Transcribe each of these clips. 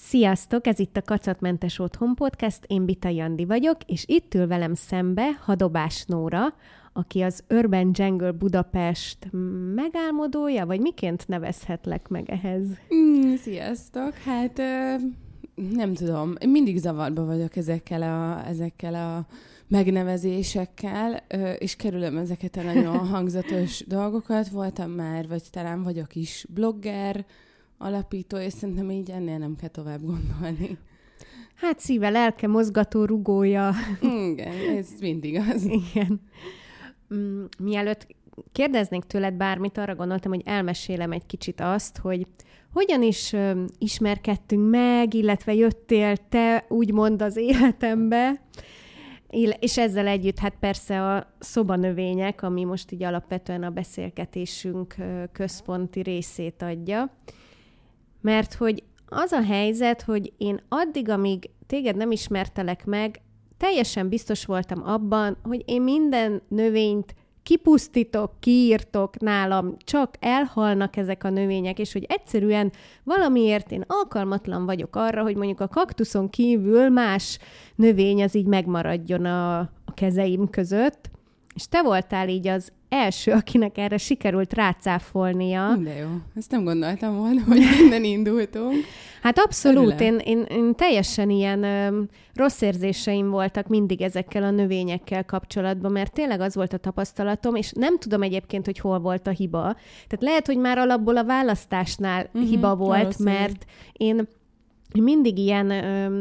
Sziasztok, ez itt a Kacatmentes Otthon Podcast, én Bitai Andi vagyok, és itt ül velem szembe Hadobás Nóra, aki az Urban Jungle Budapest megálmodója, vagy miként nevezhetlek meg ehhez? Sziasztok! Hát nem tudom, én mindig zavarba vagyok ezekkel a megnevezésekkel, és kerülöm ezeket a nagyon hangzatos dolgokat. Voltam már, vagy talán vagyok is blogger, alapító, és szerintem így ennél nem kell tovább gondolni. Hát szíve, lelke, mozgató, rugója. Igen, ez mindig az. Igen. Mielőtt kérdeznék tőled bármit, arra gondoltam, hogy elmesélem egy kicsit azt, hogy hogyan is ismerkedtünk meg, illetve jöttél te úgymond az életembe, és ezzel együtt hát persze a szobanövények, ami most így alapvetően a beszélgetésünk központi részét adja. Mert hogy az a helyzet, hogy én addig, amíg téged nem ismertelek meg, teljesen biztos voltam abban, hogy én minden növényt kipusztítok, kiírtok, nálam csak elhalnak ezek a növények, és hogy egyszerűen valamiért én alkalmatlan vagyok arra, hogy mondjuk a kaktuszon kívül más növény az így megmaradjon a kezeim között. És te voltál így az első, akinek erre sikerült rácáfolnia. De jó, ezt nem gondoltam volna, hogy innen indultunk. Hát abszolút, én teljesen ilyen rossz érzéseim voltak mindig ezekkel a növényekkel kapcsolatban, mert tényleg az volt a tapasztalatom, és nem tudom egyébként, hogy hol volt a hiba. Tehát lehet, hogy már alapból a választásnál hiba volt, mert én mindig ilyen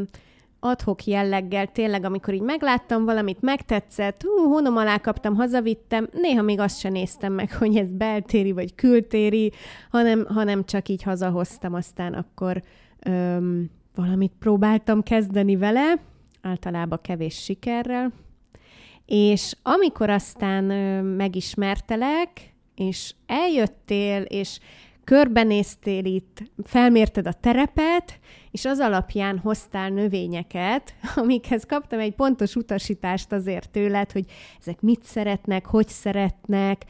ad-hoc jelleggel tényleg, amikor így megláttam valamit, megtetszett, hónom alá kaptam, hazavittem, néha még azt sem néztem meg, hogy ez beltéri vagy kültéri, hanem csak így hazahoztam, aztán akkor valamit próbáltam kezdeni vele, általában kevés sikerrel, és amikor aztán megismertelek, és eljöttél, és körbenéztél itt, felmérted a terepet, és az alapján hoztál növényeket, amikhez kaptam egy pontos utasítást azért tőled, hogy ezek mit szeretnek, hogy szeretnek.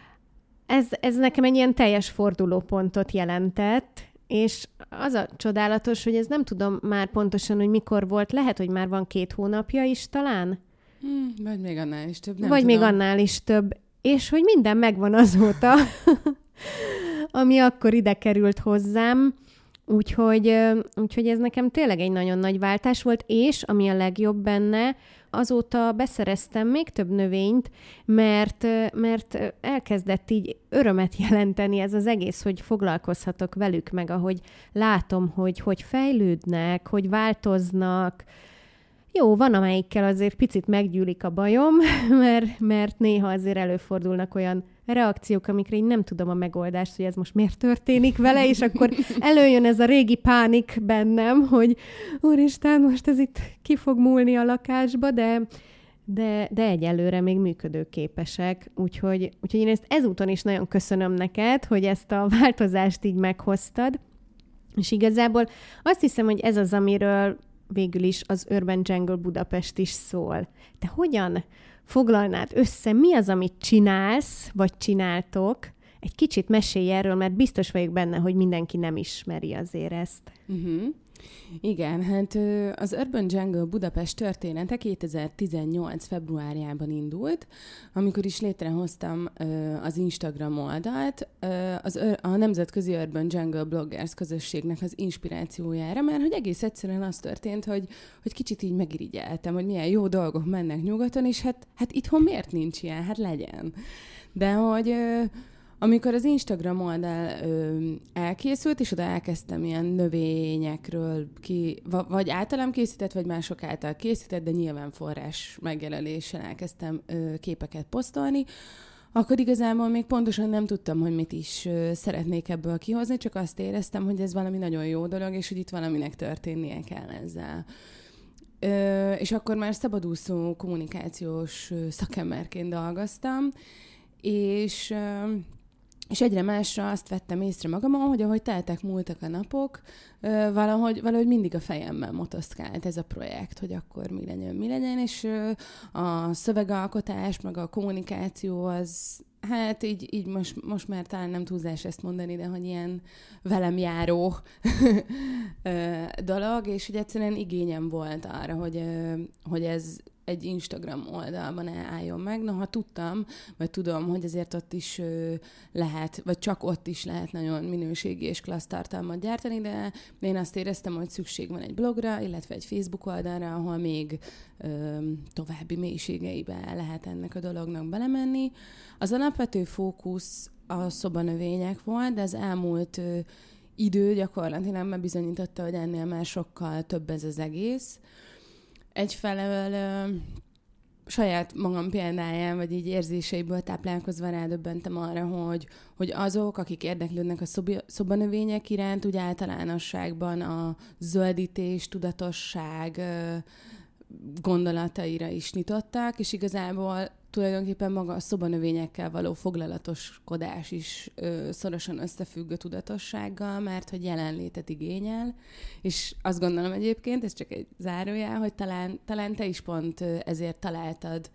Ez nekem egy ilyen teljes fordulópontot jelentett, és az a csodálatos, hogy ez nem tudom már pontosan, hogy mikor volt, lehet, hogy már van 2 hónapja is talán? Vagy még annál is több, még annál is több. És hogy minden megvan azóta, ami akkor ide került hozzám, úgyhogy ez nekem tényleg egy nagyon nagy váltás volt, és ami a legjobb benne, azóta beszereztem még több növényt, mert elkezdett így örömet jelenteni ez az egész, hogy foglalkozhatok velük, meg ahogy látom, hogy fejlődnek, hogy változnak. Jó, van amelyikkel azért picit meggyűlik a bajom, mert néha azért előfordulnak olyan reakciók, amikre én nem tudom a megoldást, hogy ez most miért történik vele, és akkor előjön ez a régi pánik bennem, hogy úristen, most ez itt ki fog múlni a lakásba, de egyelőre még működőképesek. Úgyhogy én ezt ezúton is nagyon köszönöm neked, hogy ezt a változást így meghoztad. És igazából azt hiszem, hogy ez az, amiről végül is az Urban Jungle Budapest is szól. Te hogyan foglalnád össze, mi az, amit csinálsz, vagy csináltok? Egy kicsit mesélj erről, mert biztos vagyok benne, hogy mindenki nem ismeri azért ezt. Igen, hát az Urban Jungle Budapest története 2018. februárjában indult, amikor is létrehoztam az Instagram oldalt a Nemzetközi Urban Jungle Bloggers közösségnek az inspirációjára, mert hogy egész egyszerűen az történt, hogy kicsit így megirigyeltem, hogy milyen jó dolgok mennek nyugaton, és hát itthon miért nincs ilyen? Hát legyen. De hogy amikor az Instagram oldal elkészült, és oda elkezdtem ilyen növényekről vagy általam készített, vagy mások által készített, de nyilván forrás megjelenéssel elkezdtem képeket posztolni, akkor igazából még pontosan nem tudtam, hogy mit is szeretnék ebből kihozni, csak azt éreztem, hogy ez valami nagyon jó dolog, és hogy itt valaminek történnie kell ezzel. És akkor már szabadúszó kommunikációs szakemberként dolgoztam, és egyre másra azt vettem észre magamon, hogy ahogy teltek, múltak a napok, valahogy mindig a fejemben motoszkált ez a projekt, hogy akkor mi legyen, és a szövegalkotás, meg a kommunikáció az hát így most már talán nem túlzás ezt mondani, de hogy ilyen velem járó dolog, és hogy egyszerűen igényem volt arra, hogy ez egy Instagram oldalban álljon meg. Noha tudtam, vagy tudom, hogy azért ott is lehet, vagy csak ott is lehet nagyon minőségi és klassz tartalmat gyártani, de én azt éreztem, hogy szükség van egy blogra, illetve egy Facebook oldalra, ahol még további mélységeibe lehet ennek a dolognak belemenni. Az alapvető fókusz a szobanövények volt, de az elmúlt idő gyakorlatilag bizonyította, hogy ennél már sokkal több ez az egész. Egyfelől saját magam példáján, vagy így érzéseiből táplálkozva rádöbbentem arra, hogy azok, akik érdeklődnek a szobanövények iránt, úgy általánosságban a zöldítés, tudatosság gondolataira is nyitottak, és igazából tulajdonképpen maga a szobanövényekkel való foglalatoskodás is szorosan összefügg a tudatossággal, mert hogy jelenlétet igényel, és azt gondolom egyébként, ez csak egy zárójel, hogy talán te is pont ezért találtad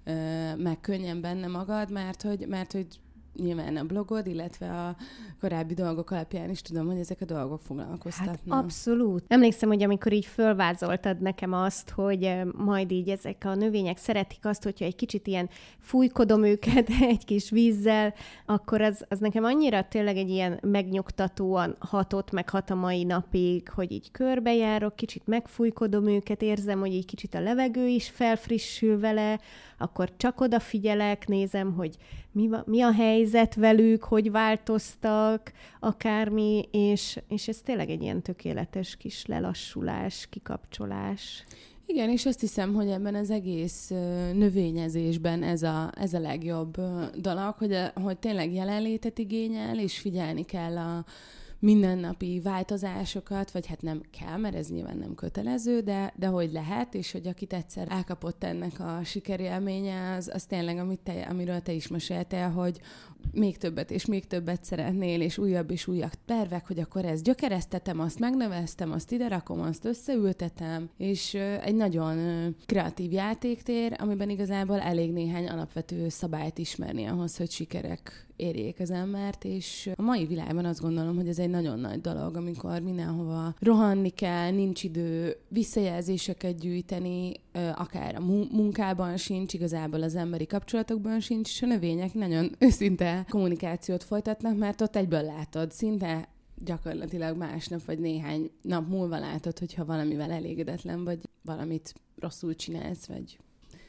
meg könnyen benne magad, mert hogy nyilván a blogod, illetve a korábbi dolgok alapján is tudom, hogy ezek a dolgok foglalkoztatnak. Hát abszolút. Emlékszem, hogy amikor így fölvázoltad nekem azt, hogy majd így ezek a növények szeretik azt, hogyha egy kicsit ilyen fújkodom őket egy kis vízzel, akkor az nekem annyira tényleg egy ilyen megnyugtatóan hatott, meg hat a mai napig, hogy így körbejárok, kicsit megfújkodom őket, érzem, hogy így kicsit a levegő is felfrissül vele, akkor csak odafigyelek, nézem, hogy mi a helyzet velük, hogy változtak, akármi, és ez tényleg egy ilyen tökéletes kis lelassulás, kikapcsolás. Igen, és azt hiszem, hogy ebben az egész növényezésben ez a legjobb dolog, hogy tényleg jelenlétet igényel, és figyelni kell a mindennapi változásokat, vagy hát nem kell, mert ez nyilván nem kötelező, de hogy lehet, és hogy akit egyszer elkapott ennek a sikerélménye, az tényleg, amiről te is meséltél, hogy még többet és még többet szeretnél, és újabb tervek, hogy akkor ezt gyökeresztetem, azt megnöveztem, azt ide rakom, azt összeültetem, és egy nagyon kreatív játéktér, amiben igazából elég néhány alapvető szabályt ismerni ahhoz, hogy sikerek érjék az embert, és a mai világban azt gondolom, hogy ez egy nagyon nagy dolog, amikor mindenhova rohanni kell, nincs idő visszajelzéseket gyűjteni, akár a munkában sincs, igazából az emberi kapcsolatokban sincs, és a növények nagyon őszinte kommunikációt folytatnak, mert ott egyből látod, szinte gyakorlatilag másnap vagy néhány nap múlva látod, hogyha valamivel elégedetlen vagy, valamit rosszul csinálsz, vagy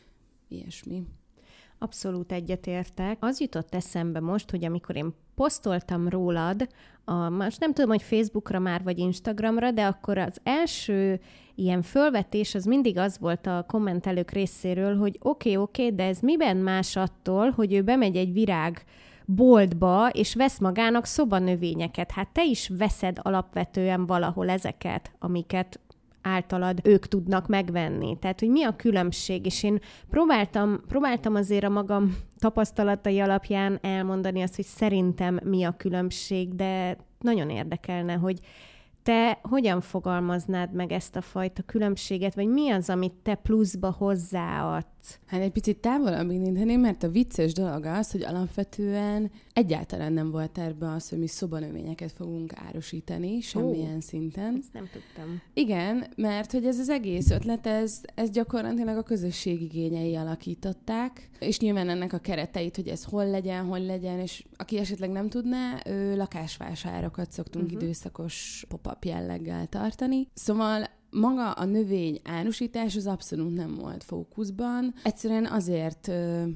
ilyesmi. Abszolút egyetértek. Az jutott eszembe most, hogy amikor én posztoltam rólad, most nem tudom, hogy Facebookra már, vagy Instagramra, de akkor az első ilyen fölvetés az mindig az volt a kommentelők részéről, hogy oké, de ez miben más attól, hogy ő bemegy egy virágboltba, és vesz magának szobanövényeket. Hát te is veszed alapvetően valahol ezeket, amiket általad ők tudnak megvenni. Tehát, hogy mi a különbség, és én próbáltam azért a magam tapasztalatai alapján elmondani azt, hogy szerintem mi a különbség, de nagyon érdekelne, hogy te hogyan fogalmaznád meg ezt a fajta különbséget, vagy mi az, amit te pluszba hozzáadsz? Hát egy picit távolabb indítaném, mert a vicces dolog az, hogy alapvetően egyáltalán nem volt terve az, hogy mi szobanövényeket fogunk árusítani, semmilyen szinten. Ezt nem tudtam. Igen, mert hogy ez az egész ötlet, ez gyakorlatilag a közösség igényei alakították, és nyilván ennek a kereteit, hogy ez hol legyen, és aki esetleg nem tudná, lakásvásárokat szoktunk időszakos pop-up jelleggel tartani. Szóval maga a növény árusítás az abszolút nem volt fókuszban. Egyszerűen azért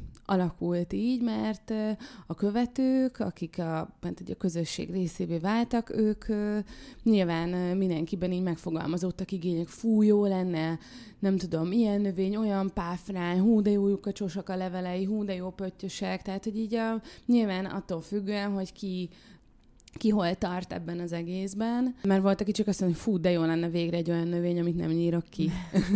alakult így, mert a követők, akik a közösség részévé váltak, ők nyilván mindenkiben így megfogalmazódtak igények. Fú, jó lenne, nem tudom, ilyen növény, olyan páfrány, hú, de jó lyukacsosak a levelei, hú, de jó pöttyösek. Tehát, hogy így nyilván attól függően, hogy ki hol tart ebben az egészben. Mert volt, aki csak azt mondja, hogy fú, de jó lenne végre egy olyan növény, amit nem nyírok ki.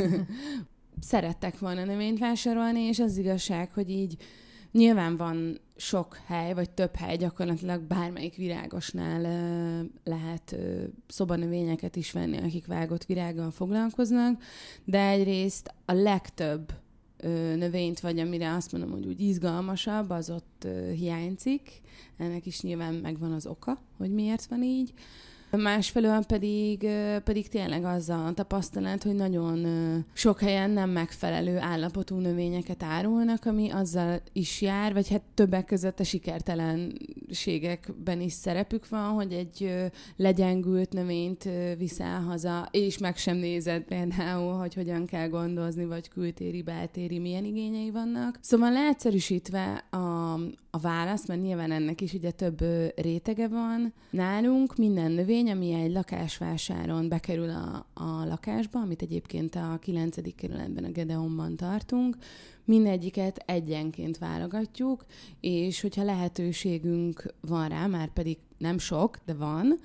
Szerettek volna növényt vásárolni, és az igazság, hogy így nyilván van sok hely, vagy több hely, gyakorlatilag bármelyik virágosnál lehet szobanövényeket is venni, akik vágott virággal foglalkoznak, de egyrészt a legtöbb növényt, vagy amire azt mondom, hogy úgy izgalmasabb, az ott hiányzik. Ennek is nyilván megvan az oka, hogy miért van így. Másfelől pedig tényleg az a tapasztalat, hogy nagyon sok helyen nem megfelelő állapotú növényeket árulnak, ami azzal is jár, vagy hát többek között a sikertelenségekben is szerepük van, hogy egy legyengült növényt viszel haza, és meg sem nézed például, hogy hogyan kell gondozni, vagy kültéri, beltéri, milyen igényei vannak. Szóval leegyszerűsítve a válasz, mert nyilván ennek is ugye több rétege van. Nálunk minden növény, ami egy lakásvásáron bekerül a lakásba, amit egyébként a 9. kerületben, a Gedeonban tartunk, mindegyiket egyenként válogatjuk, és hogyha lehetőségünk van rá, már pedig nem sok, de van,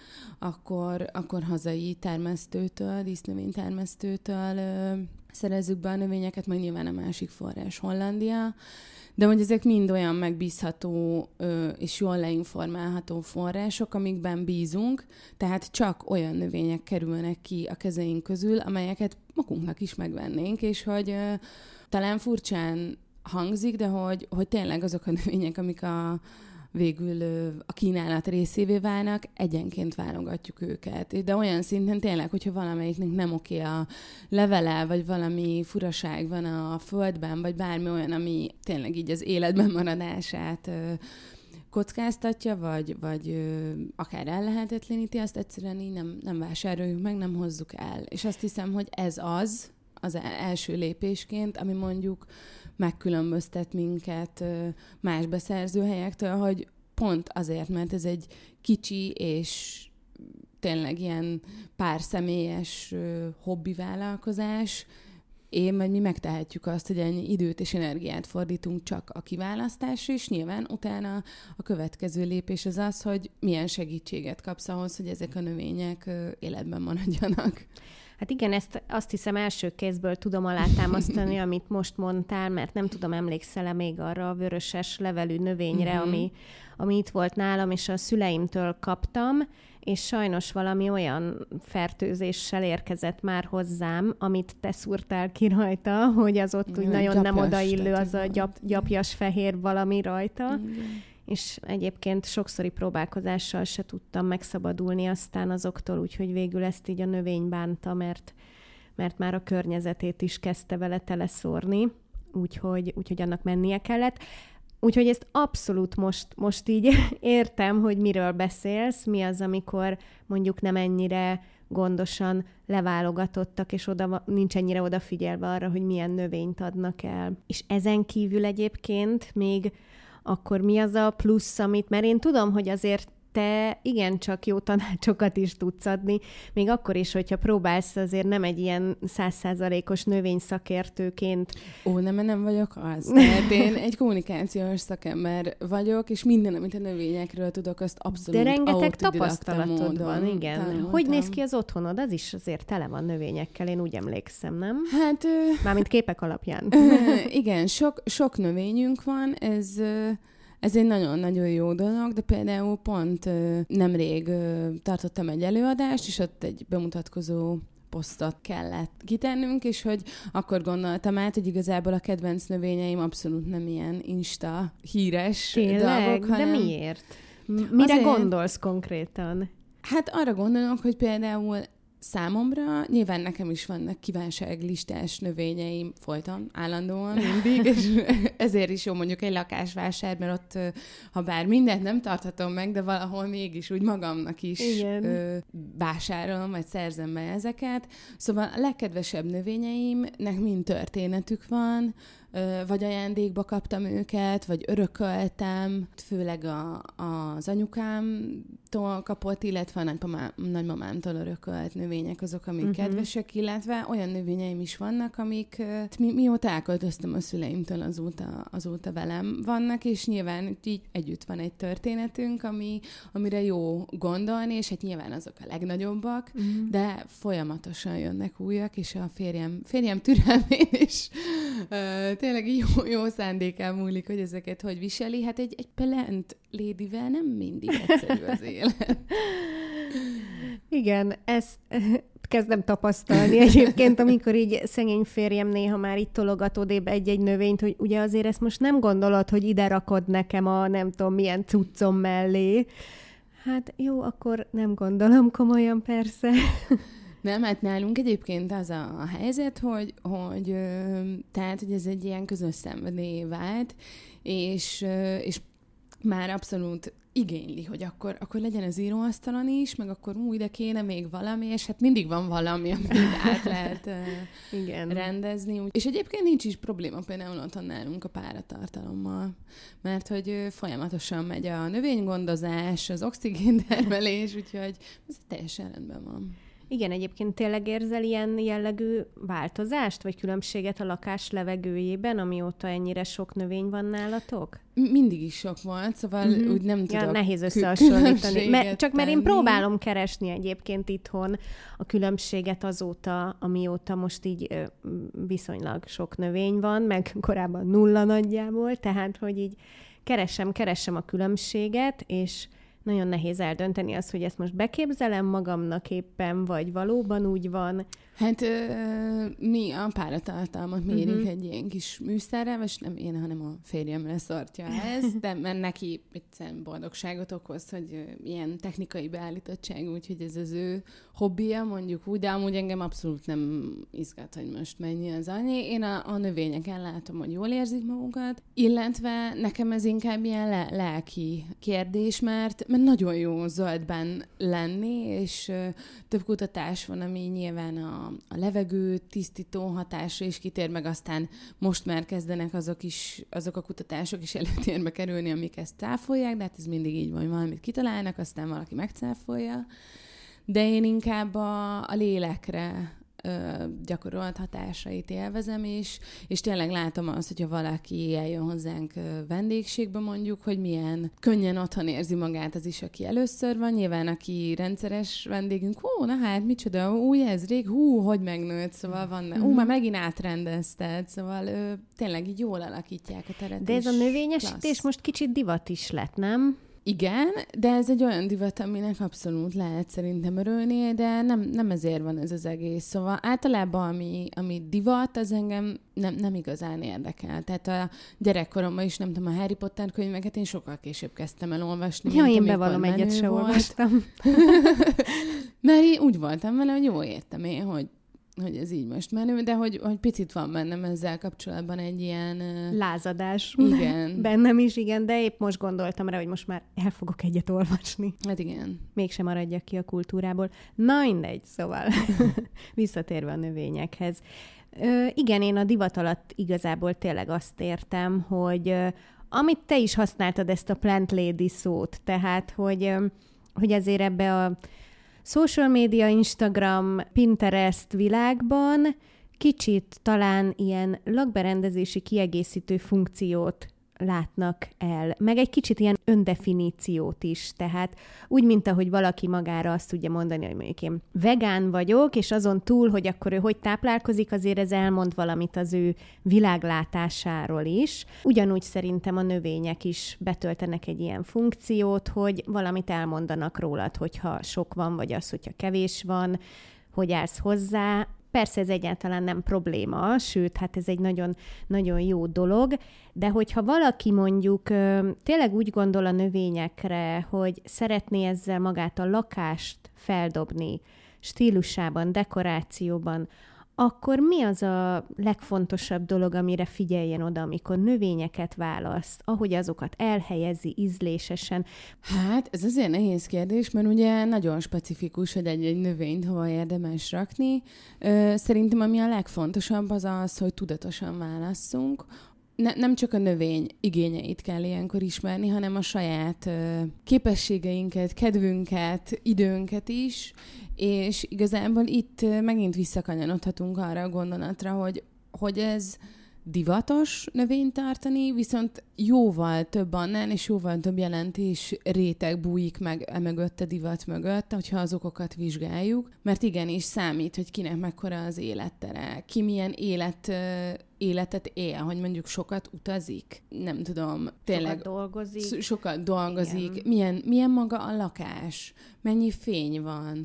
akkor hazai termesztőtől, dísznövénytermesztőtől szerezzük be a növényeket, majd nyilván a másik forrás Hollandia. De hogy ezek mind olyan megbízható és jól leinformálható források, amikben bízunk, tehát csak olyan növények kerülnek ki a kezeink közül, amelyeket magunknak is megvennénk, és hogy talán furcsán hangzik, de hogy tényleg azok a növények, amik végül a kínálat részévé válnak, egyenként válogatjuk őket. De olyan szinten tényleg, hogyha valamelyiknek nem oké a levele, vagy valami furaság van a földben, vagy bármi olyan, ami tényleg így az életben maradását kockáztatja, vagy akár ellehetetleníti, azt egyszerűen így nem vásároljuk meg, nem hozzuk el. És azt hiszem, hogy ez az első lépésként, ami mondjuk megkülönböztet minket más beszerzőhelyektől, hogy pont azért, mert ez egy kicsi és tényleg ilyen pár személyes hobbivállalkozás, vagy mi megtehetjük azt, hogy ennyi időt és energiát fordítunk csak a kiválasztásra, és nyilván utána a következő lépés az, hogy milyen segítséget kapsz ahhoz, hogy ezek a növények életben maradjanak. Hát igen, ezt azt hiszem első kézből tudom alátámasztani, amit most mondtál, mert nem tudom, emlékszel-e még arra a vöröses levelű növényre, ami itt volt nálam, és a szüleimtől kaptam, és sajnos valami olyan fertőzéssel érkezett már hozzám, amit te szúrtál ki rajta, hogy az ott úgy nagyon nem odaillő, az a gyapjas fehér valami rajta. És egyébként sokszori próbálkozással se tudtam megszabadulni aztán azoktól, úgyhogy végül ezt így a növény bánta, mert már a környezetét is kezdte vele teleszórni, úgyhogy annak mennie kellett. Úgyhogy ezt abszolút most így értem, hogy miről beszélsz, mi az, amikor mondjuk nem ennyire gondosan leválogatottak, és nincs ennyire odafigyelve arra, hogy milyen növényt adnak el. És ezen kívül egyébként még akkor mi az a plusz, mert én tudom, hogy azért te igencsak jó tanácsokat is tudsz adni, még akkor is, hogyha próbálsz azért nem egy ilyen 100%-os növényszakértőként. Nem vagyok az. Tehát én egy kommunikációs szakember vagyok, és minden, amit a növényekről tudok, azt abszolút de rengeteg tapasztalatod van, igen. Tanultam. Hogy néz ki az otthonod? Az is azért tele van növényekkel, én úgy emlékszem, nem? Hát... Mármint képek alapján. Igen, sok növényünk van, ez egy nagyon-nagyon jó dolog, de például pont nemrég tartottam egy előadást, és ott egy bemutatkozó posztot kellett kitennünk, és hogy akkor gondoltam át, hogy igazából a kedvenc növényeim abszolút nem ilyen Insta híres dolgok, hanem... De miért? Mire gondolsz konkrétan? Hát arra gondolok, hogy például számomra, nyilván nekem is vannak kívánságlistás növényeim folyton, állandóan, mindig, és ezért is jó mondjuk egy lakásvásár, mert ott, ha bár mindent nem tarthatom meg, de valahol mégis úgy magamnak is vásárolom, vagy szerzem be ezeket. Szóval a legkedvesebb növényeimnek mind történetük van, vagy ajándékba kaptam őket, vagy örököltem, főleg az anyukámtól kapott, illetve a nagymamámtól örökölt növények azok, amik kedvesek, illetve olyan növényeim is vannak, amik mióta elköltöztem a szüleimtől, azóta velem vannak, és nyilván így együtt van egy történetünk, amire jó gondolni, és hát nyilván azok a legnagyobbak, de folyamatosan jönnek újak, és a férjem türelmén is tényleg jó szándékán múlik, hogy ezeket hogy viseli. Hát egy plant ladyvel nem mindig egyszerű az élet. Igen, ezt kezdem tapasztalni egyébként, amikor így szegény férjem néha már így tologat odébb egy-egy növényt, hogy ugye azért ezt most nem gondolod, hogy ide rakod nekem a nem tudom milyen cuccom mellé. Hát jó, akkor nem gondolom komolyan, persze. Nem, hát nálunk egyébként az a helyzet, hogy ez egy ilyen közös szenvedély vált, és már abszolút igényli, hogy akkor legyen az íróasztalon is, meg akkor ide kéne még valami, és hát mindig van valami, amit át lehet rendezni. És egyébként nincs is probléma például otthon nálunk a páratartalommal, mert hogy folyamatosan megy a növénygondozás, az oxigéntermelés, úgyhogy ez teljesen rendben van. Igen, egyébként tényleg érzel ilyen jellegű változást, vagy különbséget a lakás levegőjében, amióta ennyire sok növény van nálatok? Mindig is sok volt, szóval úgy nem tudok nehéz összehasonlítani. Mert én próbálom keresni egyébként itthon a különbséget azóta, amióta most így viszonylag sok növény van, meg korábban 0 nagyjából, tehát hogy így keresem a különbséget, és nagyon nehéz eldönteni azt, hogy ezt most beképzelem magamnak éppen, vagy valóban úgy van. Hát mi a páratartalmat mérjük egy ilyen kis műszerrel, és nem én, hanem a férjemre szortja ez, de mert neki egyszerűen boldogságot okoz, hogy ilyen technikai beállítottság, úgyhogy ez az ő hobbija, mondjuk úgy, de amúgy engem abszolút nem izgat, hogy most mennyi az annyi. Én a növényeken látom, hogy jól érzik magukat, illetve nekem ez inkább ilyen lelki kérdés, mert nagyon jó zöldben lenni, és több kutatás van, ami nyilván a levegő tisztító hatásra is kitér, meg aztán most már kezdenek azok a kutatások is előtérbe kerülni, amik ezt cáfolják, de hát ez mindig így van, valamit kitalálnak, aztán valaki megcáfolja. De én inkább a lélekre gyakorolt hatásait élvezem, és tényleg látom azt, hogyha valaki eljön hozzánk vendégségbe mondjuk, hogy milyen könnyen otthon érzi magát az is, aki először van. Nyilván, aki rendszeres vendégünk, na hát, micsoda, ez rég, hogy megnőtt, szóval van, már megint átrendezted, szóval tényleg így jól alakítják a teret. De ez a növényesítés most kicsit divat is lett, nem? Igen, de ez egy olyan divat, aminek abszolút lehet szerintem örülni, de nem ezért van ez az egész. Szóval általában, ami divat, az engem nem igazán érdekel. Tehát a gyerekkoromban is, nem tudom, a Harry Potter könyveket én sokkal később kezdtem el olvasni. Ja, én bevallom, egyet se olvastam. Mert én úgy voltam vele, hogy jó értem én, hogy ez így most menő, de hogy picit van bennem ezzel kapcsolatban egy ilyen... lázadás. Igen. Bennem is, igen, de épp most gondoltam rá, hogy most már el fogok egyet olvasni. Hát igen. Mégsem maradjak ki a kultúrából. Na, mindegy, szóval visszatérve a növényekhez. Igen, én a divat alatt igazából tényleg azt értem, hogy amit te is használtad, ezt a plant lady szót, tehát, hogy azért ebbe a social media, Instagram, Pinterest világban kicsit talán ilyen lakberendezési kiegészítő funkciót látnak el, meg egy kicsit ilyen öndefiníciót is, tehát úgy, mint ahogy valaki magára azt tudja mondani, hogy mondjuk én vegán vagyok, és azon túl, hogy akkor ő hogy táplálkozik, azért ez elmond valamit az ő világlátásáról is. Ugyanúgy szerintem a növények is betöltenek egy ilyen funkciót, hogy valamit elmondanak rólad, hogyha sok van, vagy az, hogyha kevés van, hogy állsz hozzá. Persze ez egyáltalán nem probléma, sőt, hát ez egy nagyon, nagyon jó dolog, de hogyha valaki mondjuk tényleg úgy gondol a növényekre, hogy szeretné ezzel magát a lakást feldobni, stílusában, dekorációban, akkor mi az a legfontosabb dolog, amire figyeljen oda, amikor növényeket választ, ahogy azokat elhelyezi ízlésesen? Hát, ez azért nehéz kérdés, mert ugye nagyon specifikus, hogy egy növényt hova érdemes rakni. Szerintem ami a legfontosabb az az, hogy tudatosan válasszunk. Nem csak a növény igényeit kell ilyenkor ismerni, hanem a saját képességeinket, kedvünket, időnket is, és igazából itt megint visszakanyarodhatunk arra a gondolatra, hogy ez divatos növényt tartani, viszont jóval több annál, és jóval több jelentés réteg bújik meg emögött a divat mögött, hogyha az okokat vizsgáljuk, mert igenis számít, hogy kinek mekkora az élettere, ki milyen életet él, hogy mondjuk sokat utazik, nem tudom, tényleg sokat dolgozik, milyen maga a lakás, mennyi fény van,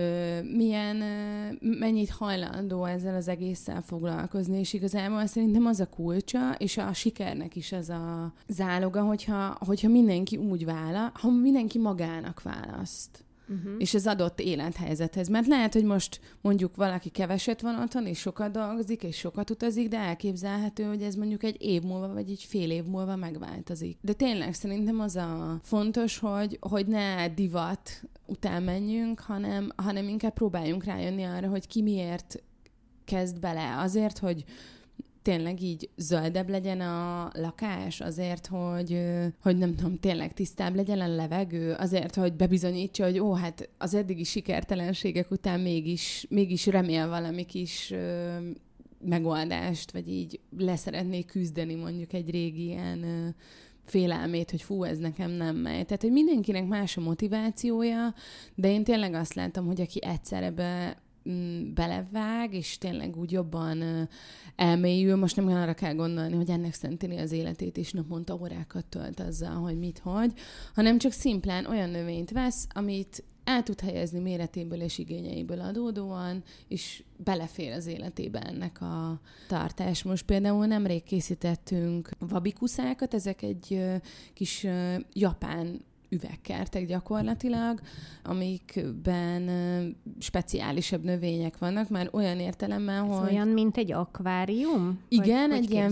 mennyit hajlandó ezzel az egésszel foglalkozni, és igazából szerintem az a kulcsa, és a sikernek is az a záloga, hogyha mindenki úgy ha mindenki magának választ. És az adott élethelyzethez. Mert lehet, hogy most mondjuk valaki keveset van otthon, és sokat dolgozik, és sokat utazik, de elképzelhető, hogy ez mondjuk egy év múlva, vagy egy fél év múlva megváltozik. De tényleg szerintem az a fontos, hogy ne divat után menjünk, hanem inkább próbáljunk rájönni arra, hogy ki miért kezd bele. Azért, hogy tényleg így zöldebb legyen a lakás, azért, hogy nem tudom, tényleg tisztább legyen a levegő, azért, hogy bebizonyítsa, hogy hát az eddigi sikertelenségek után mégis remél valami kis megoldást, vagy így leszeretnék küzdeni mondjuk egy régi ilyen félelmét, hogy ez nekem nem megy. Tehát, hogy mindenkinek más a motivációja, de én tényleg azt látom, hogy aki egyszerre belevág, és tényleg úgy jobban elmélyül, most nem arra kell gondolni, hogy ennek szenteli az életét, és naponta órákat tölt azzal, hogy mit, hogy, hanem csak szimplán olyan növényt vesz, amit el tud helyezni méretéből és igényeiből adódóan, és belefér az életébe ennek a tartás. Most például nemrég készítettünk vabikuszákat, ezek egy kis japán üvegkertek gyakorlatilag, amikben speciálisabb növények vannak, már olyan értelemben, ez hogy... olyan, mint egy akvárium? Igen, egy ilyen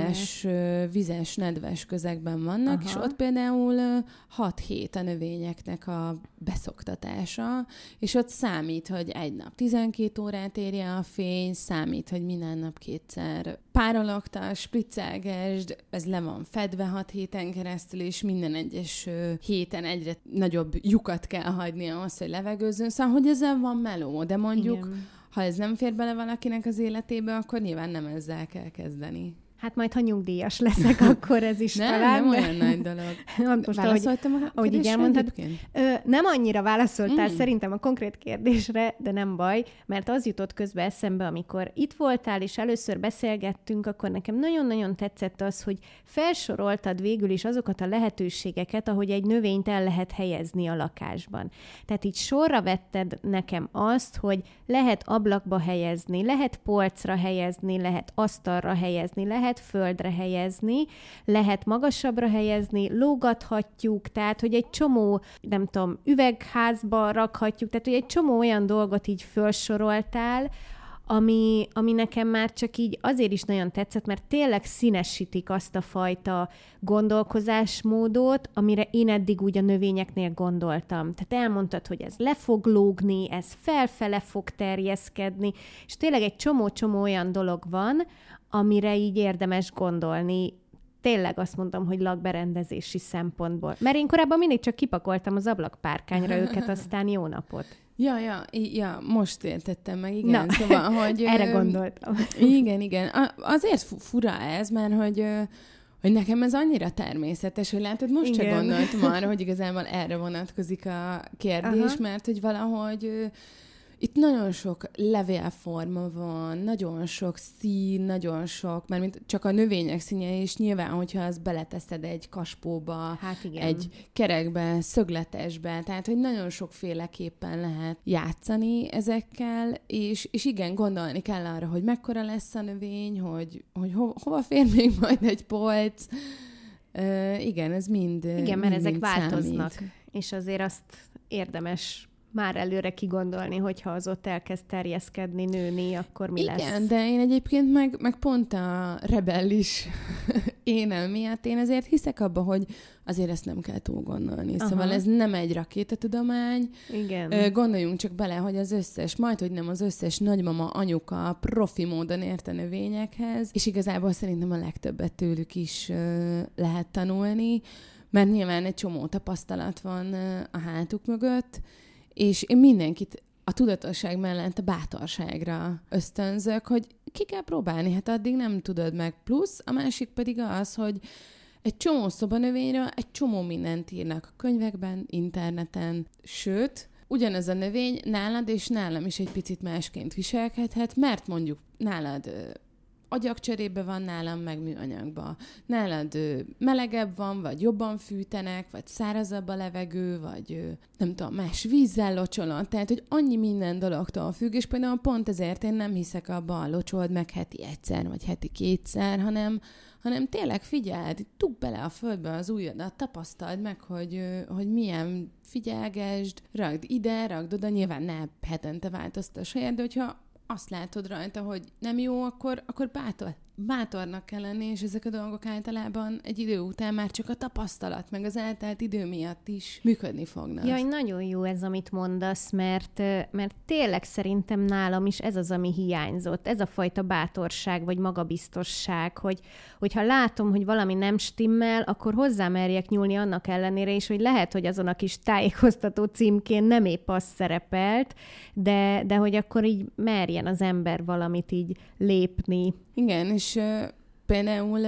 vizes, nedves közegben vannak, és ott például 6 hét a növényeknek a beszoktatása, és ott számít, hogy egy nap 12 órát érje a fény, számít, hogy minden nap 2-szer párologtas, spriccelgesd, ez le van fedve 6 héten keresztül, és minden egyes héten egyre nagyobb lyukat kell hagyni ahhoz, hogy levegőzzön. Szóval, hogy ezzel van meló, de mondjuk, igen, ha ez nem fér bele valakinek az életébe, akkor nyilván nem ezzel kell kezdeni. Hát majd, ha nyugdíjas leszek, akkor ez is talán. Nem olyan nagy dolog. Most, válaszoltam ahogy így elmondtad, nem annyira válaszoltál szerintem a konkrét kérdésre, de nem baj, mert az jutott közbe eszembe, amikor itt voltál, és először beszélgettünk, akkor nekem nagyon-nagyon tetszett az, hogy felsoroltad végül is azokat a lehetőségeket, ahogy egy növényt el lehet helyezni a lakásban. Tehát így sorra vetted nekem azt, hogy lehet ablakba helyezni, lehet polcra helyezni, lehet asztalra helyezni, lehet földre helyezni, lehet magasabbra helyezni, lógathatjuk, tehát, hogy egy csomó, nem tudom, üvegházba rakhatjuk, tehát, hogy egy csomó olyan dolgot így felsoroltál, ami nekem már csak így azért is nagyon tetszett, mert tényleg színesítik azt a fajta gondolkozásmódot, amire én eddig úgy a növényeknél gondoltam. Tehát elmondtad, hogy ez le fog lógni, ez felfele fog terjeszkedni, és tényleg egy csomó olyan dolog van, amire így érdemes gondolni. Tényleg azt mondom, hogy lakberendezési szempontból. Mert én korábban mindig csak kipakoltam az ablakpárkányra őket, aztán jó napot. Ja, most értettem meg, igen. Szóval, hogy... erre gondoltam. Igen. Azért fura ez, mert hogy nekem ez annyira természetes, hogy látod, most csak gondoltam arra, hogy igazából erre vonatkozik a kérdés, mert hogy valahogy... Itt nagyon sok levélforma van, nagyon sok szín, nagyon sok, mert csak a növények színje is nyilván, hogyha azt beleteszed egy kaspóba, egy kerekbe, szögletesbe, tehát, hogy nagyon sokféleképpen lehet játszani ezekkel, és igen, gondolni kell arra, hogy mekkora lesz a növény, hogy hova fér még majd egy polc. Igen, ez mind igen, mert ezek változnak, számít. És azért azt érdemes már előre kigondolni, hogyha az ott elkezd terjeszkedni, nőni, akkor mi lesz. Igen, de én egyébként meg pont a rebellis énem miatt én azért hiszek abba, hogy azért ezt nem kell túl gondolni. Szóval ez nem egy rakétatudomány. Igen. Gondoljunk csak bele, hogy az összes, majdhogy nem az összes nagymama, anyuka profi módon ért a növényekhez, és igazából szerintem a legtöbbet tőlük is lehet tanulni, mert nyilván egy csomó tapasztalat van a hátuk mögött, és én mindenkit a tudatosság mellett a bátorságra ösztönzök, hogy ki kell próbálni, hát addig nem tudod meg. Plusz a másik pedig az, hogy egy csomó szobanövényről egy csomó mindent írnak a könyvekben, interneten, sőt, ugyanaz a növény nálad és nálam is egy picit másként viselkedhet, mert mondjuk nálad agyagcserébe van, nálam meg műanyagba. Nálad melegebb van, vagy jobban fűtenek, vagy szárazabb a levegő, vagy nem tudom, más vízzel locsolod. Tehát, hogy annyi minden dologtól függ, és például pont ezért én nem hiszek abba, locsold meg heti egyszer, vagy heti kétszer, hanem tényleg figyeld, dugd bele a földbe az ujjadat, tapasztald meg, hogy milyen, figyelgesd, ragd ide, ragd oda, nyilván ne hetente változtass helyet, de hogyha azt látod rajta, hogy nem jó, akkor bátornak kell lenni, és ezek a dolgok általában egy idő után már csak a tapasztalat, meg az eltelt idő miatt is működni fognak. Jaj, nagyon jó ez, amit mondasz, mert tényleg szerintem nálam is ez az, ami hiányzott. Ez a fajta bátorság, vagy magabiztosság, hogyha látom, hogy valami nem stimmel, akkor hozzámerjek nyúlni annak ellenére is, hogy lehet, hogy azon a kis tájékoztató címkén nem épp az szerepelt, de hogy akkor így merjen az ember valamit így lépni. Igen, és például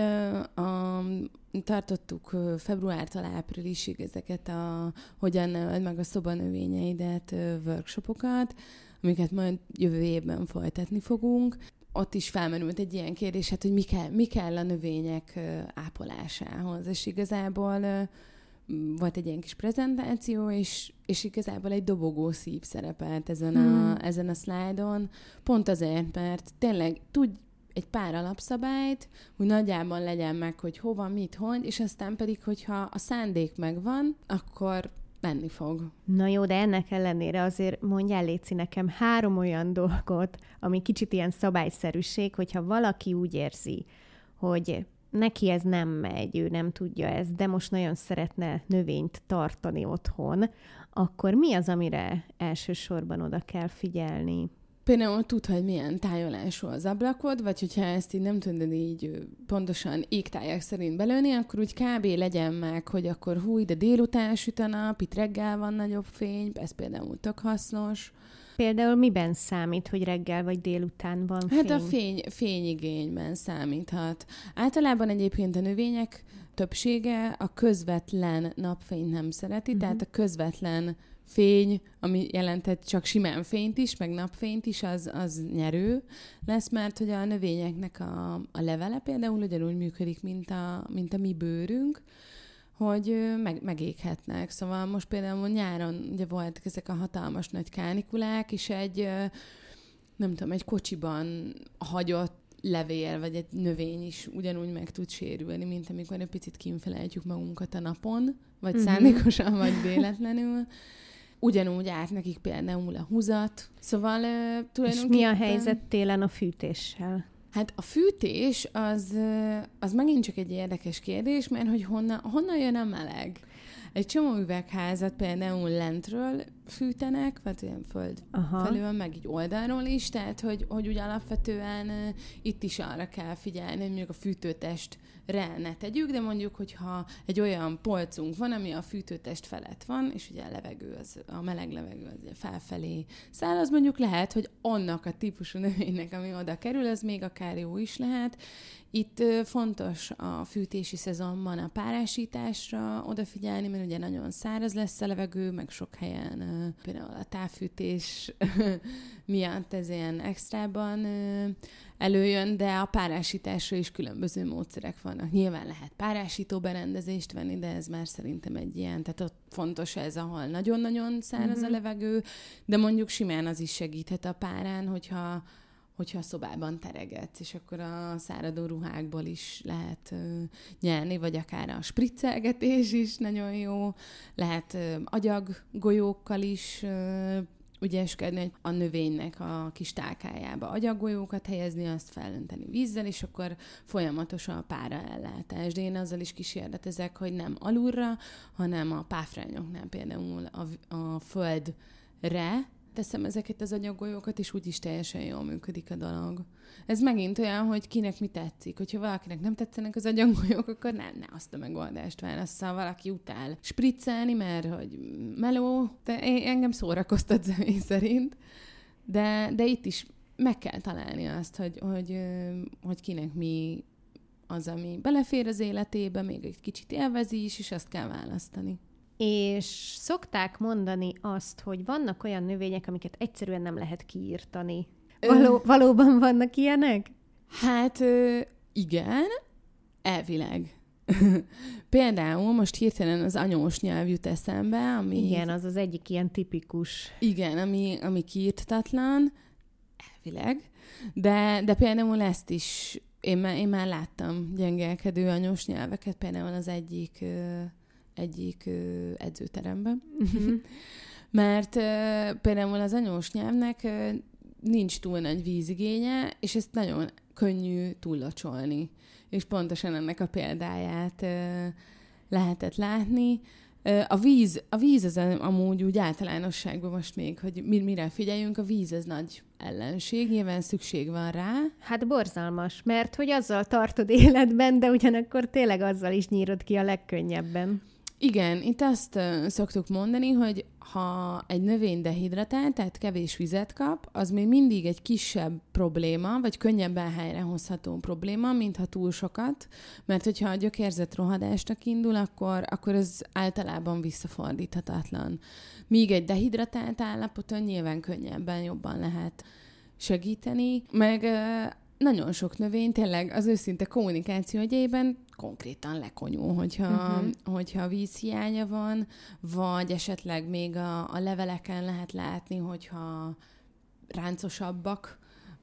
tartottuk februártól áprilisig ezeket hogyan neveld meg a szobanövényeidet workshopokat, amiket majd jövő évben folytatni fogunk. Ott is felmerült egy ilyen kérdés, hát, hogy mi kell a növények ápolásához, és igazából volt egy ilyen kis prezentáció, és igazából egy dobogó szív szerepelt ezen a szlájdon, pont azért, mert tényleg tudj egy pár alapszabályt, hogy nagyjából legyen meg, hogy hova, mit, hogy, és aztán pedig, hogyha a szándék megvan, akkor menni fog. Na jó, de ennek ellenére azért mondjál, Léci, nekem 3 olyan dolgot, ami kicsit ilyen szabályszerűség, hogyha valaki úgy érzi, hogy neki ez nem megy, ő nem tudja ezt, de most nagyon szeretne növényt tartani otthon, akkor mi az, amire elsősorban oda kell figyelni? Például tudd, hogy milyen tájolású az ablakod, vagy hogyha ezt így nem tudod így pontosan égtáják szerint belőni, akkor úgy kb. Legyen meg, hogy akkor de délután süt a nap, itt reggel van nagyobb fény, ez például tök hasznos. Például miben számít, hogy reggel vagy délután van fény? Hát a fényigényben számíthat. Általában egyébként a növények többsége a közvetlen napfényt nem szereti, tehát a közvetlen fény, ami jelentett csak simán fényt is, meg napfényt is, az nyerő lesz, mert hogy a növényeknek a levele például ugyanúgy működik, mint a mi bőrünk, hogy megéghetnek. Szóval most például nyáron ugye voltak ezek a hatalmas nagy kánikulák, és egy kocsiban hagyott levél, vagy egy növény is ugyanúgy meg tud sérülni, mint amikor egy picit kínfelejtjük magunkat a napon, vagy szándékosan, vagy véletlenül. Ugyanúgy árt nekik például a húzat. Szóval tulajdonképpen... És mi a helyzet télen a fűtéssel? Hát a fűtés az megint csak egy érdekes kérdés, mert hogy honnan jön a meleg? Egy csomó üvegházat például lentről fűtenek, vagy olyan föld felől, meg így oldalról is, tehát hogy úgy alapvetően itt is arra kell figyelni, hogy mondjuk a fűtőtestre ne tegyük, de mondjuk, hogyha egy olyan polcunk van, ami a fűtőtest felett van, és ugye a levegő, a meleg levegő az felfelé száll, az mondjuk lehet, hogy annak a típusú növénynek, ami oda kerül, az még akár jó is lehet. Itt fontos a fűtési szezonban a párásításra odafigyelni, mert ugye nagyon száraz lesz a levegő, meg sok helyen például a távfűtés miatt ez ilyen extrában előjön, de a párásításra is különböző módszerek vannak. Nyilván lehet párásító berendezést venni, de ez már szerintem egy ilyen, tehát ott fontos ez, ahol nagyon-nagyon száraz a levegő, de mondjuk simán az is segíthet a párán, hogyha a szobában teregetsz, és akkor a száradó ruhákból is lehet nyerni, vagy akár a spriccelgetés is nagyon jó, lehet agyaggolyókkal is ügyeskedni, hogy a növénynek a kis tálkájába agyaggolyókat helyezni, azt felönteni vízzel, és akkor folyamatosan a páraellátás. De én azzal is kísérletezek, hogy nem alulra, hanem a páfrányoknál például a földre teszem ezeket az agyaggolyókat, és úgyis teljesen jól működik a dolog. Ez megint olyan, hogy kinek mi tetszik. Hogyha valakinek nem tetszenek az agyaggolyók, akkor ne azt a megoldást válassza. Valaki utál spriccelni, mert hogy meló, de engem szórakoztat személy szerint. De itt is meg kell találni azt, hogy kinek mi az, ami belefér az életébe, még egy kicsit élvezi is, és azt kell választani. És szokták mondani azt, hogy vannak olyan növények, amiket egyszerűen nem lehet kiírtani. Valóban vannak ilyenek? Hát igen, elvileg. Például most hirtelen az anyós nyelv jut eszembe, ami... Igen, az egyik ilyen tipikus. Igen, ami kiirtatlan, elvileg. De például ezt is, én már láttam gyengelkedő anyós nyelveket, például az egyik edzőteremben. Uh-huh. Mert például az anyós nyelvnek nincs túl nagy vízigénye, és ezt nagyon könnyű túllocsolni. És pontosan ennek a példáját lehetett látni. A víz az amúgy úgy általánosságban most még, hogy mire figyeljünk, a víz az nagy ellenség, nyilván szükség van rá. Hát borzalmas, mert hogy azzal tartod életben, de ugyanakkor tényleg azzal is nyírod ki a legkönnyebben. Igen, itt azt szoktuk mondani, hogy ha egy növény dehidratált, tehát kevés vizet kap, az még mindig egy kisebb probléma, vagy könnyebben helyrehozható probléma, mint ha túl sokat, mert hogyha a gyökérzet rohadásnak indul, akkor az általában visszafordíthatatlan. Míg egy dehidratált állapoton nyilván könnyebben, jobban lehet segíteni, meg nagyon sok növény tényleg az őszinte kommunikáció egyében konkrétan lekonyul, hogyha vízhiánya van, vagy esetleg még a leveleken lehet látni, hogyha ráncosabbak,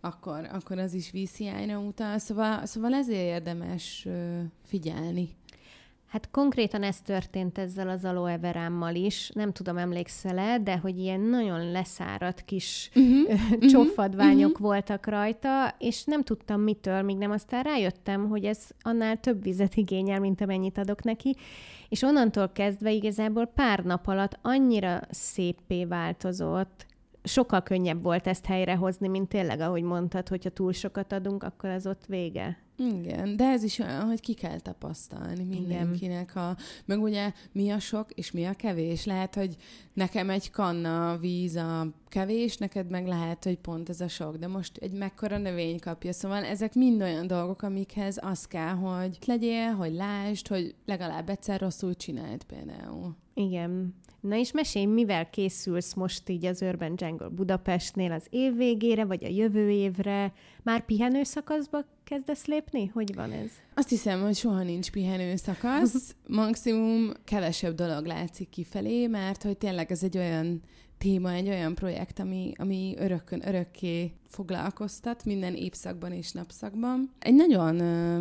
akkor az is vízhiányra utal. Szóval ezért érdemes figyelni. Hát konkrétan ez történt ezzel az aloe verámmal is. Nem tudom, emlékszel-e, de hogy ilyen nagyon leszáradt kis csófadványok voltak rajta, és nem tudtam mitől, míg nem aztán rájöttem, hogy ez annál több vizet igényel, mint amennyit adok neki, és onnantól kezdve igazából pár nap alatt annyira széppé változott, sokkal könnyebb volt ezt helyrehozni, mint tényleg, ahogy mondtad, hogyha túl sokat adunk, akkor az ott vége. Igen, de ez is olyan, hogy ki kell tapasztalni mindenkinek. Meg ugye mi a sok és mi a kevés. Lehet, hogy nekem egy kanna víz a kevés, neked meg lehet, hogy pont ez a sok, de most egy mekkora növény kapja. Szóval ezek mind olyan dolgok, amikhez az kell, hogy legyél, hogy lásd, hogy legalább egyszer rosszul csináld például. Igen. Na és mesélj, mivel készülsz most így az Urban Jungle Budapestnél az év végére, vagy a jövő évre? Már pihenő szakaszba kezdesz lépni? Hogy van ez? Azt hiszem, hogy soha nincs pihenő szakasz. Maximum kevesebb dolog látszik kifelé, mert hogy tényleg ez egy olyan téma, egy olyan projekt, ami örökké foglalkoztat minden évszakban és napszakban. Egy nagyon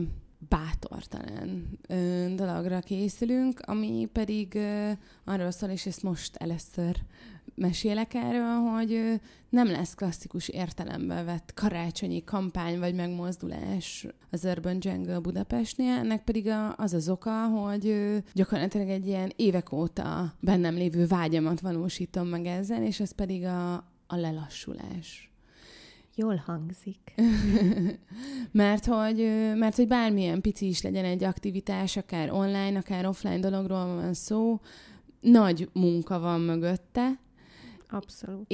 bátortalan dologra készülünk, ami pedig arról szól, és ezt most először mesélek erről, hogy nem lesz klasszikus értelemben vett karácsonyi kampány vagy megmozdulás az Urban Jungle Budapestnél, ennek pedig az oka, hogy gyakorlatilag egy ilyen évek óta bennem lévő vágyamat valósítom meg ezzel, és ez pedig a lelassulás. Jól hangzik. mert hogy bármilyen pici is legyen egy aktivitás, akár online, akár offline dologról van szó, nagy munka van mögötte. Abszolút.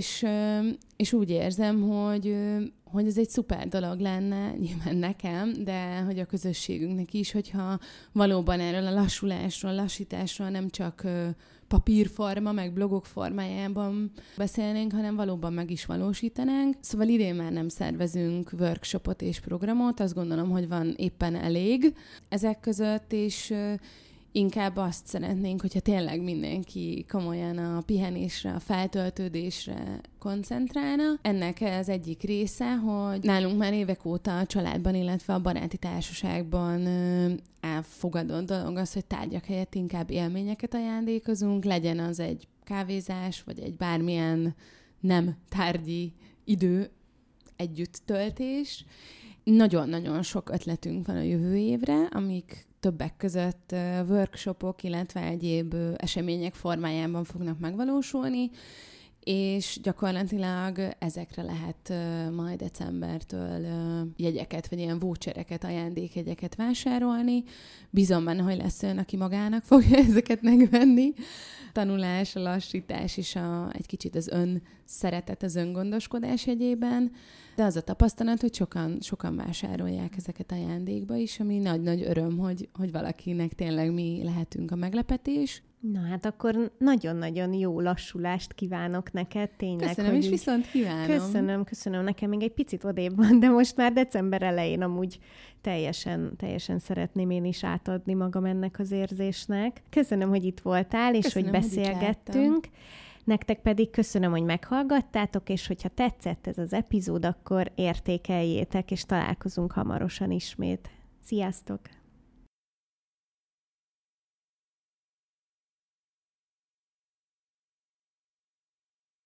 És úgy érzem, hogy ez egy szuper dolog lenne, nyilván nekem, de hogy a közösségünknek is, hogyha valóban erről a lassulásról, lassításról nem csak papírforma, meg blogok formájában beszélnénk, hanem valóban meg is valósítanánk. Szóval idén már nem szervezünk workshopot és programot, azt gondolom, hogy van éppen elég ezek között, és inkább azt szeretnénk, hogyha tényleg mindenki komolyan a pihenésre, a feltöltődésre koncentrálna. Ennek az egyik része, hogy nálunk már évek óta a családban, illetve a baráti társaságban elfogadott dolog az, hogy tárgyak helyett inkább élményeket ajándékozunk, legyen az egy kávézás, vagy egy bármilyen nem tárgyi idő együtt töltés. Nagyon-nagyon sok ötletünk van a jövő évre, amik többek között workshopok, illetve egyéb események formájában fognak megvalósulni, és gyakorlatilag ezekre lehet majd decembertől jegyeket, vagy ilyen vouchereket, ajándékjegyeket vásárolni. Bízom benne, hogy lesz olyan, aki magának fogja ezeket megvenni. Tanulás, a lassítás és egy kicsit az önszeretet, az öngondoskodás jegyében. De az a tapasztalat, hogy sokan vásárolják ezeket ajándékba is, ami nagy-nagy öröm, hogy valakinek tényleg mi lehetünk a meglepetés. Na hát akkor nagyon-nagyon jó lassulást kívánok neked, tényleg. Köszönöm, és viszont kívánom. Köszönöm. Nekem még egy picit odébb van, de most már december elején amúgy teljesen szeretném én is átadni magam ennek az érzésnek. Köszönöm, hogy itt voltál, és köszönöm, hogy beszélgettünk. Nektek pedig köszönöm, hogy meghallgattátok, és hogyha tetszett ez az epizód, akkor értékeljétek, és találkozunk hamarosan ismét. Sziasztok!